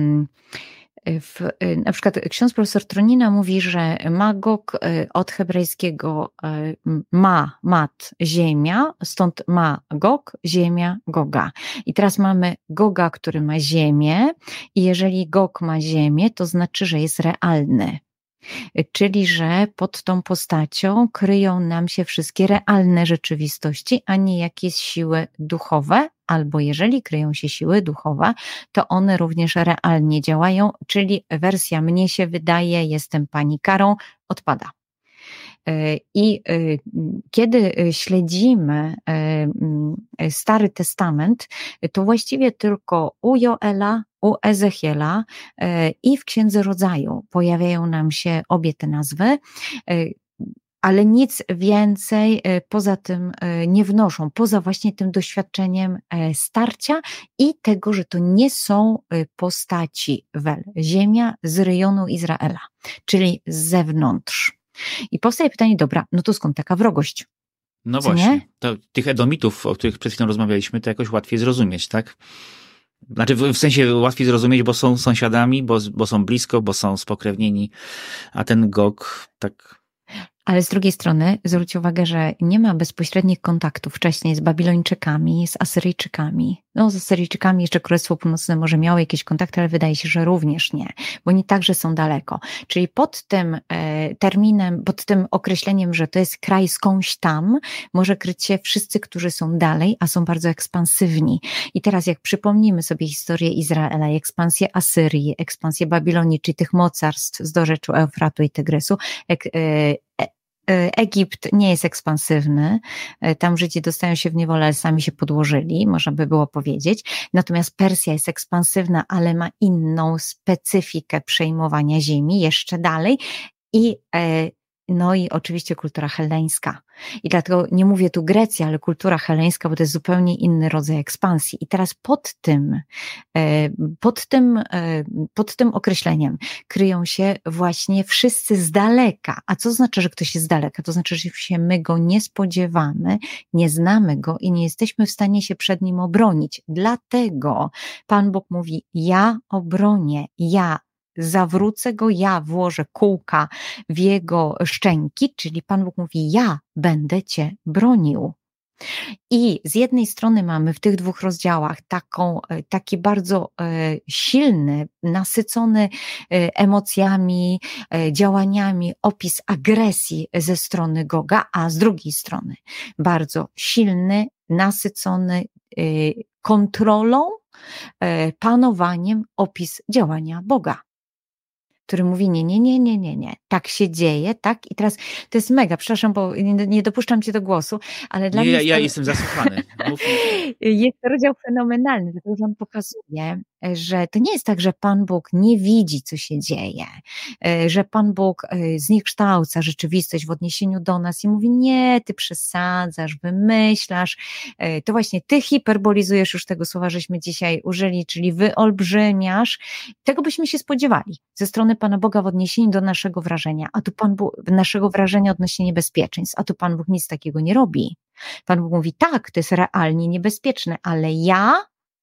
na przykład ksiądz profesor Tronina mówi, że Magog od hebrajskiego mat, ziemia, stąd Magog, ziemia, Goga. I teraz mamy Goga, który ma ziemię i jeżeli Gog ma ziemię, to znaczy, że jest realny. Czyli, że pod tą postacią kryją nam się wszystkie realne rzeczywistości, a nie jakieś siły duchowe, albo jeżeli kryją się siły duchowe, to one również realnie działają, czyli wersja mnie się wydaje, jestem panikarą, odpada. I kiedy śledzimy Stary Testament, to właściwie tylko u Joela, u Ezechiela i w Księdze Rodzaju pojawiają nam się obie te nazwy, ale nic więcej poza tym nie wnoszą, poza właśnie tym doświadczeniem starcia i tego, że to nie są postaci ziemia z rejonu Izraela, czyli z zewnątrz. I powstaje pytanie, dobra, no to skąd taka wrogość? No Co właśnie, nie? to tych Edomitów, o których przed chwilą rozmawialiśmy, to jakoś łatwiej zrozumieć, tak? Znaczy w sensie łatwiej zrozumieć, bo są sąsiadami, bo są blisko, bo są spokrewnieni, a ten Gog tak... Ale z drugiej strony zwróć uwagę, że nie ma bezpośrednich kontaktów wcześniej z Babilończykami, z Asyryjczykami. No z Asyryjczykami jeszcze Królestwo Północne może miało jakieś kontakty, ale wydaje się, że również nie, bo oni także są daleko. Czyli pod tym terminem, pod tym określeniem, że to jest kraj skądś tam, może kryć się wszyscy, którzy są dalej, a są bardzo ekspansywni. I teraz jak przypomnimy sobie historię Izraela, ekspansję Asyrii, ekspansję Babilonii, czyli tych mocarstw z dorzeczu Eufratu i Tygrysu, Egipt nie jest ekspansywny, tam Żydzi dostają się w niewolę, ale sami się podłożyli, można by było powiedzieć. Natomiast Persja jest ekspansywna, ale ma inną specyfikę przejmowania ziemi, jeszcze dalej. No i oczywiście kultura helleńska. I dlatego nie mówię tu Grecja, ale kultura helleńska, bo to jest zupełnie inny rodzaj ekspansji. I teraz pod tym określeniem kryją się właśnie wszyscy z daleka. A co znaczy, że ktoś jest z daleka? To znaczy, że się my go nie spodziewamy, nie znamy go i nie jesteśmy w stanie się przed nim obronić. Dlatego Pan Bóg mówi, ja obronię, ja zawrócę go, ja włożę kółka w jego szczęki, czyli Pan Bóg mówi, ja będę cię bronił. I z jednej strony mamy w tych dwóch rozdziałach taki bardzo silny, nasycony emocjami, działaniami opis agresji ze strony Goga, a z drugiej strony bardzo silny, nasycony kontrolą, panowaniem opis działania Boga, który mówi nie, tak się dzieje, tak? I teraz to jest mega, przepraszam, bo nie dopuszczam cię do głosu, ale dla mnie ja jestem zasłuchany. Jest to rozdział fenomenalny, dlatego że on pokazuje, że to nie jest tak, że Pan Bóg nie widzi, co się dzieje, że Pan Bóg zniekształca rzeczywistość w odniesieniu do nas i mówi, nie, ty przesadzasz, wymyślasz, to właśnie ty hiperbolizujesz, już tego słowa żeśmy dzisiaj użyli, czyli wyolbrzymiasz. Tego byśmy się spodziewali ze strony Pana Boga w odniesieniu do naszego wrażenia, a tu Pan Bóg, naszego wrażenia odnośnie niebezpieczeństw, a tu Pan Bóg nic takiego nie robi. Pan Bóg mówi, tak, to jest realnie niebezpieczne, ale ja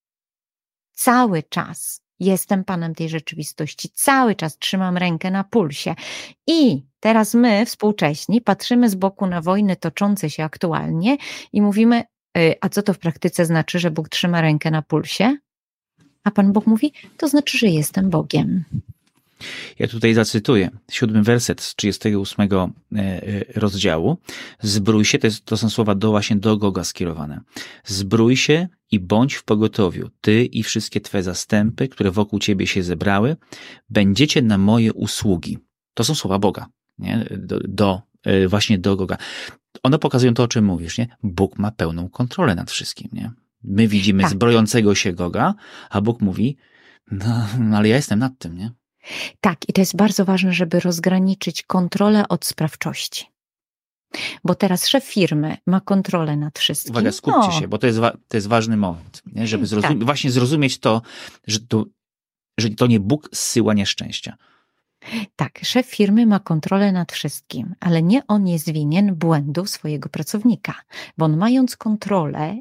cały czas jestem Panem tej rzeczywistości, cały czas trzymam rękę na pulsie. I teraz my, współcześni, patrzymy z boku na wojny toczące się aktualnie i mówimy, a co to w praktyce znaczy, że Bóg trzyma rękę na pulsie? A Pan Bóg mówi, to znaczy, że jestem Bogiem. Ja tutaj zacytuję 7 werset z 38 rozdziału. Zbrój się, to są słowa właśnie do Goga skierowane. Zbrój się i bądź w pogotowiu, ty i wszystkie twe zastępy, które wokół ciebie się zebrały, będziecie na moje usługi. To są słowa Boga, nie? Właśnie do Goga. One pokazują to, o czym mówisz, nie? Bóg ma pełną kontrolę nad wszystkim, nie? My widzimy zbrojącego się Goga, a Bóg mówi, no ale ja jestem nad tym, nie? Tak, i to jest bardzo ważne, żeby rozgraniczyć kontrolę od sprawczości. Bo teraz szef firmy ma kontrolę nad wszystkim. Uwaga, skupcie się, bo to jest ważny moment, nie? Żeby właśnie zrozumieć to, że to nie Bóg zsyła nieszczęścia. Tak, szef firmy ma kontrolę nad wszystkim, ale nie on jest winien błędów swojego pracownika, bo on mając kontrolę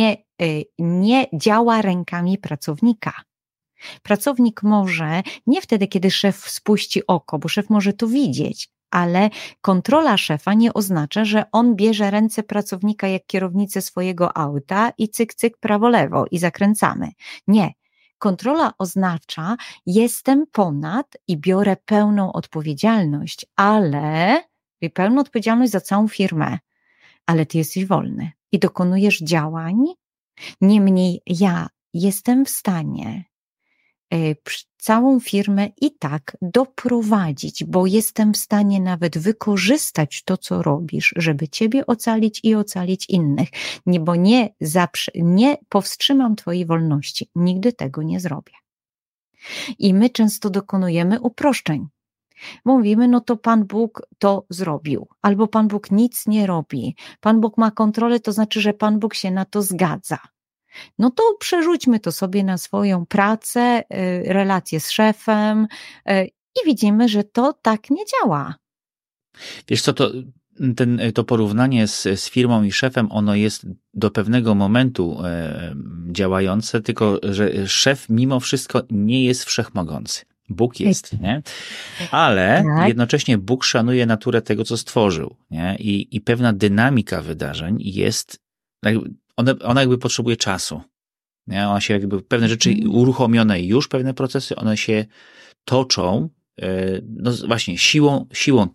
nie działa rękami pracownika. Pracownik może, nie wtedy, kiedy szef spuści oko, bo szef może to widzieć, ale kontrola szefa nie oznacza, że on bierze ręce pracownika jak kierownicę swojego auta i cyk, cyk, prawo, lewo i zakręcamy. Nie. Kontrola oznacza, jestem ponad i biorę pełną odpowiedzialność, i pełną odpowiedzialność za całą firmę, ale ty jesteś wolny i dokonujesz działań, niemniej ja jestem w stanie całą firmę i tak doprowadzić, bo jestem w stanie nawet wykorzystać to, co robisz, żeby ciebie ocalić i ocalić innych. Bo nie powstrzymam twojej wolności. Nigdy tego nie zrobię. I my często dokonujemy uproszczeń. Mówimy, no to Pan Bóg to zrobił, albo Pan Bóg nic nie robi. Pan Bóg ma kontrolę, to znaczy, że Pan Bóg się na to zgadza. No to przerzućmy to sobie na swoją pracę, relacje z szefem i widzimy, że to tak nie działa. Wiesz co, to To porównanie z firmą i szefem, ono jest do pewnego momentu działające, tylko że szef mimo wszystko nie jest wszechmogący. Bóg jest, nie? Ale jednocześnie Bóg szanuje naturę tego, co stworzył, nie? I pewna dynamika wydarzeń jest, ona jakby potrzebuje czasu. Nie? Ona się jakby, pewne rzeczy uruchomione już, pewne procesy, one się toczą, no właśnie siłą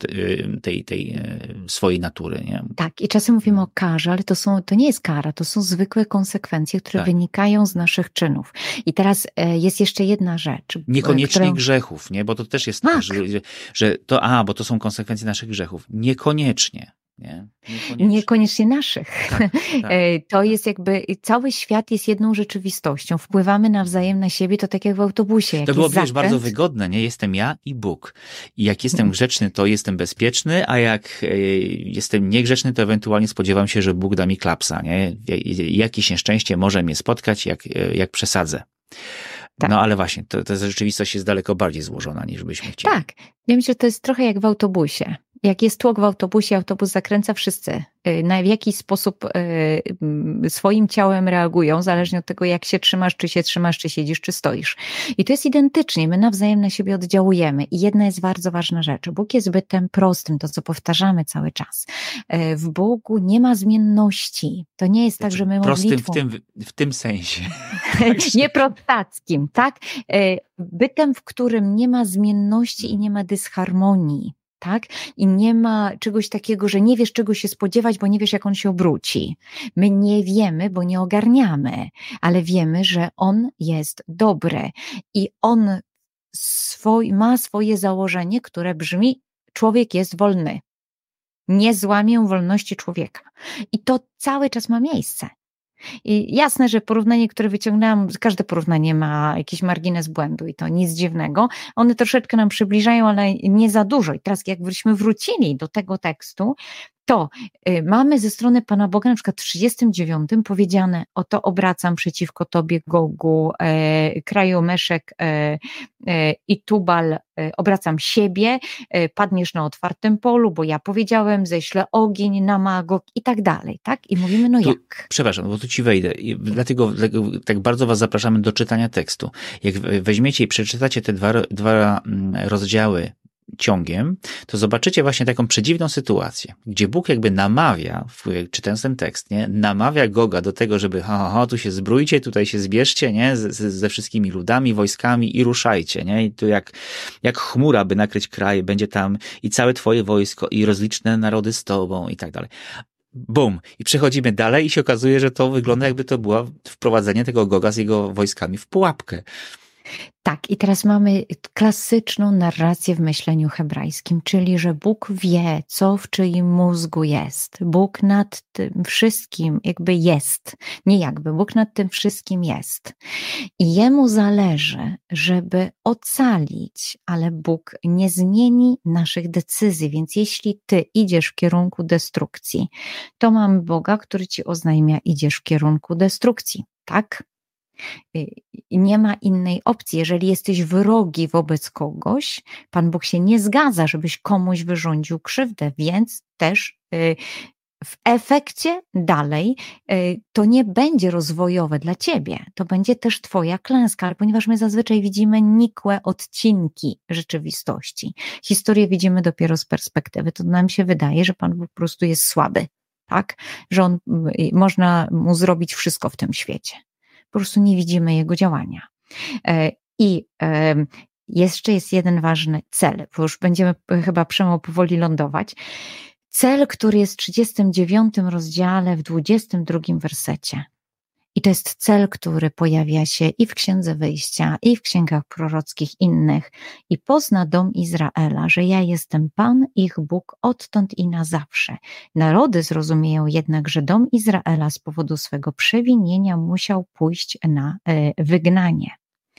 tej swojej natury. Nie? Tak, i czasem mówimy o karze, ale to nie jest kara, to są zwykłe konsekwencje, które wynikają z naszych czynów. I teraz jest jeszcze jedna rzecz. Niekoniecznie grzechów, nie? Bo to też jest tak, że bo to są konsekwencje naszych grzechów. Niekoniecznie. Niekoniecznie naszych. Tak. To jest jakby, cały świat jest jedną rzeczywistością. Wpływamy nawzajem na siebie, to tak jak w autobusie. To było bardzo wygodne, nie? Jestem ja i Bóg. I jak jestem grzeczny, to jestem bezpieczny, a jak jestem niegrzeczny, to ewentualnie spodziewam się, że Bóg da mi klapsa, nie? Jakieś nieszczęście może mnie spotkać, jak przesadzę. Tak. No ale właśnie, ta rzeczywistość jest daleko bardziej złożona, niż byśmy chcieli. Tak. Ja myślę, że to jest trochę jak w autobusie. Jak jest tłok w autobusie, autobus zakręca, wszyscy w jakiś sposób swoim ciałem reagują, zależnie od tego, jak się trzymasz, czy siedzisz, czy stoisz. I to jest identycznie, my nawzajem na siebie oddziałujemy. I jedna jest bardzo ważna rzecz. Bóg jest bytem prostym, to co powtarzamy cały czas. W Bogu nie ma zmienności. To nie jest tak, że my modlitwą... Prostym w tym sensie. Nie prostackim, tak? Bytem, w którym nie ma zmienności i nie ma dysharmonii. Tak? I nie ma czegoś takiego, że nie wiesz, czego się spodziewać, bo nie wiesz, jak on się obróci. My nie wiemy, bo nie ogarniamy, ale wiemy, że on jest dobry i on ma swoje założenie, które brzmi: człowiek jest wolny. Nie złamię wolności człowieka. I to cały czas ma miejsce. I jasne, że porównanie, które wyciągnęłam, każde porównanie ma jakiś margines błędu i to nic dziwnego. One troszeczkę nam przybliżają, ale nie za dużo. I teraz jakbyśmy wrócili do tego tekstu, to mamy ze strony Pana Boga na przykład w 39 powiedziane: oto obracam przeciwko Tobie, Gogu, kraju Meszek i Tubal, obracam siebie, padniesz na otwartym polu, bo ja powiedziałem, ześlę ogień na Magog i tak dalej, tak? I mówimy, no jak? Przepraszam, bo tu ci wejdę. Dlatego tak bardzo was zapraszamy do czytania tekstu. Jak weźmiecie i przeczytacie te dwa rozdziały ciągiem, to zobaczycie właśnie taką przedziwną sytuację, gdzie Bóg jakby namawia, czytając ten tekst, nie, namawia Goga do tego, żeby tu się zbrójcie, tutaj się zbierzcie, nie, ze wszystkimi ludami, wojskami i ruszajcie, nie, i tu jak chmura, by nakryć kraj, będzie tam i całe twoje wojsko i rozliczne narody z tobą i tak dalej. Bum! I przechodzimy dalej i się okazuje, że to wygląda, jakby to było wprowadzenie tego Goga z jego wojskami w pułapkę. Tak, i teraz mamy klasyczną narrację w myśleniu hebrajskim, czyli że Bóg wie, co w czyim mózgu jest. Bóg nad tym wszystkim jakby jest. Nie jakby, Bóg nad tym wszystkim jest. I Jemu zależy, żeby ocalić, ale Bóg nie zmieni naszych decyzji, więc jeśli ty idziesz w kierunku destrukcji, to mamy Boga, który ci oznajmia: idziesz w kierunku destrukcji, tak? Nie ma innej opcji. Jeżeli jesteś wrogi wobec kogoś, Pan Bóg się nie zgadza, żebyś komuś wyrządził krzywdę, więc też w efekcie dalej to nie będzie rozwojowe dla ciebie, to będzie też twoja klęska, ale ponieważ my zazwyczaj widzimy nikłe odcinki rzeczywistości, historię widzimy dopiero z perspektywy, to nam się wydaje, że Pan Bóg po prostu jest słaby, tak? Że można mu zrobić wszystko w tym świecie. Po prostu nie widzimy jego działania. I jeszcze jest jeden ważny cel, bo już będziemy chyba powoli lądować. Cel, który jest w 39 rozdziale, w 22 wersecie. I to jest cel, który pojawia się i w Księdze Wyjścia, i w księgach prorockich innych. I pozna dom Izraela, że ja jestem Pan, ich Bóg, odtąd i na zawsze. Narody zrozumieją jednak, że dom Izraela z powodu swego przewinienia musiał pójść na wygnanie.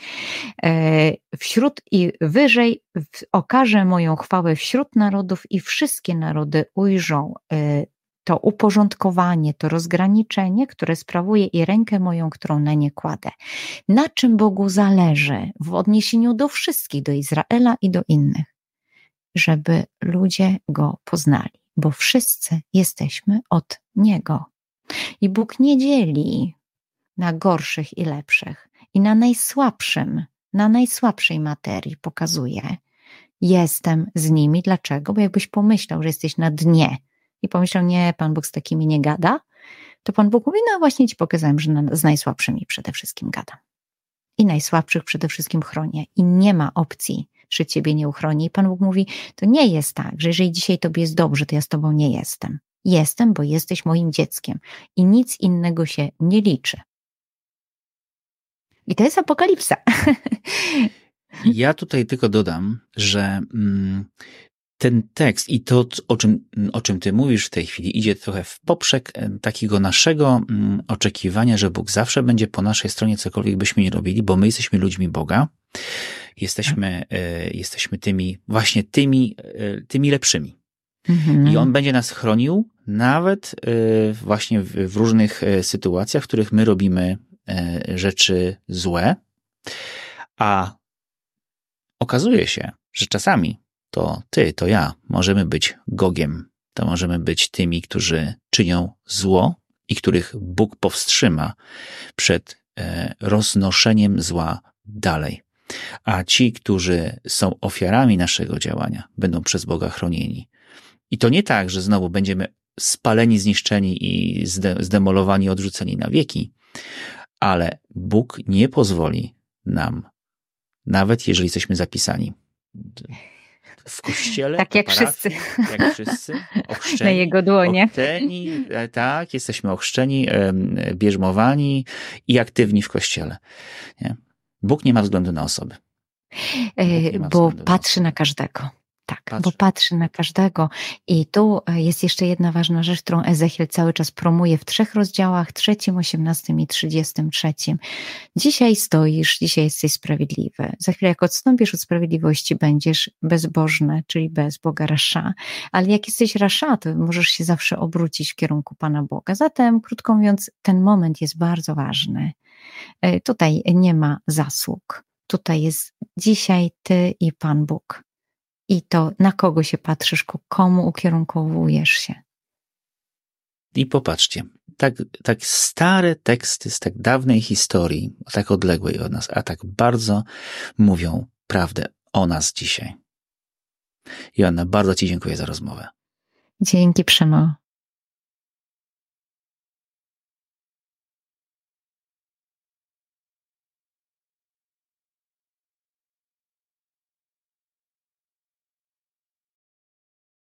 Wśród i wyżej okażę moją chwałę wśród narodów i wszystkie narody ujrzą to uporządkowanie, to rozgraniczenie, które sprawuje i rękę moją, którą na nie kładę. Na czym Bogu zależy w odniesieniu do wszystkich, do Izraela i do innych? Żeby ludzie Go poznali. bo wszyscy jesteśmy od Niego. I Bóg nie dzieli na gorszych i lepszych. I na najsłabszej materii pokazuje: jestem z nimi. Dlaczego? Bo jakbyś pomyślał, że jesteś na dnie i pomyślał: nie, Pan Bóg z takimi nie gada, to Pan Bóg mówi: no właśnie ci pokazałem, że z najsłabszymi przede wszystkim gadam. I najsłabszych przede wszystkim chronię. I nie ma opcji, że ciebie nie uchroni. I Pan Bóg mówi: to nie jest tak, że jeżeli dzisiaj tobie jest dobrze, to ja z tobą nie jestem. Jestem, bo jesteś moim dzieckiem. I nic innego się nie liczy. I to jest apokalipsa. Ja tutaj tylko dodam, że ten tekst i to, o czym ty mówisz w tej chwili, idzie trochę w poprzek takiego naszego oczekiwania, że Bóg zawsze będzie po naszej stronie, cokolwiek byśmy nie robili, bo my jesteśmy ludźmi Boga. Jesteśmy tymi lepszymi. I On będzie nas chronił nawet właśnie w różnych sytuacjach, w których my robimy rzeczy złe, a okazuje się, że czasami to ty, to ja możemy być Gogiem. To możemy być tymi, którzy czynią zło i których Bóg powstrzyma przed roznoszeniem zła dalej. A ci, którzy są ofiarami naszego działania, będą przez Boga chronieni. I to nie tak, że znowu będziemy spaleni, zniszczeni i zdemolowani, odrzuceni na wieki, ale Bóg nie pozwoli nam, nawet jeżeli jesteśmy zapisani w kościele, tak jak wszyscy, ochrzczeni, na Jego dłonie. Tak, jesteśmy ochrzczeni, bierzmowani i aktywni w kościele. Nie? Bóg nie ma względu na osoby. Bo patrzy na każdego. Tak, bo patrzy na każdego. I tu jest jeszcze jedna ważna rzecz, którą Ezechiel cały czas promuje w 3 rozdziałach, 3, 18 i 33. Dzisiaj stoisz, dzisiaj jesteś sprawiedliwy. Za chwilę, jak odstąpisz od sprawiedliwości, będziesz bezbożny, czyli bez Boga Rasza. Ale jak jesteś Rasza, to możesz się zawsze obrócić w kierunku Pana Boga. Zatem, krótko mówiąc, ten moment jest bardzo ważny. Tutaj nie ma zasług. Tutaj jest dzisiaj ty i Pan Bóg. I to, na kogo się patrzysz, ku komu ukierunkowujesz się. I popatrzcie, tak stare teksty z tak dawnej historii, tak odległej od nas, a tak bardzo mówią prawdę o nas dzisiaj. Joanna, bardzo ci dziękuję za rozmowę. Dzięki, Przemo.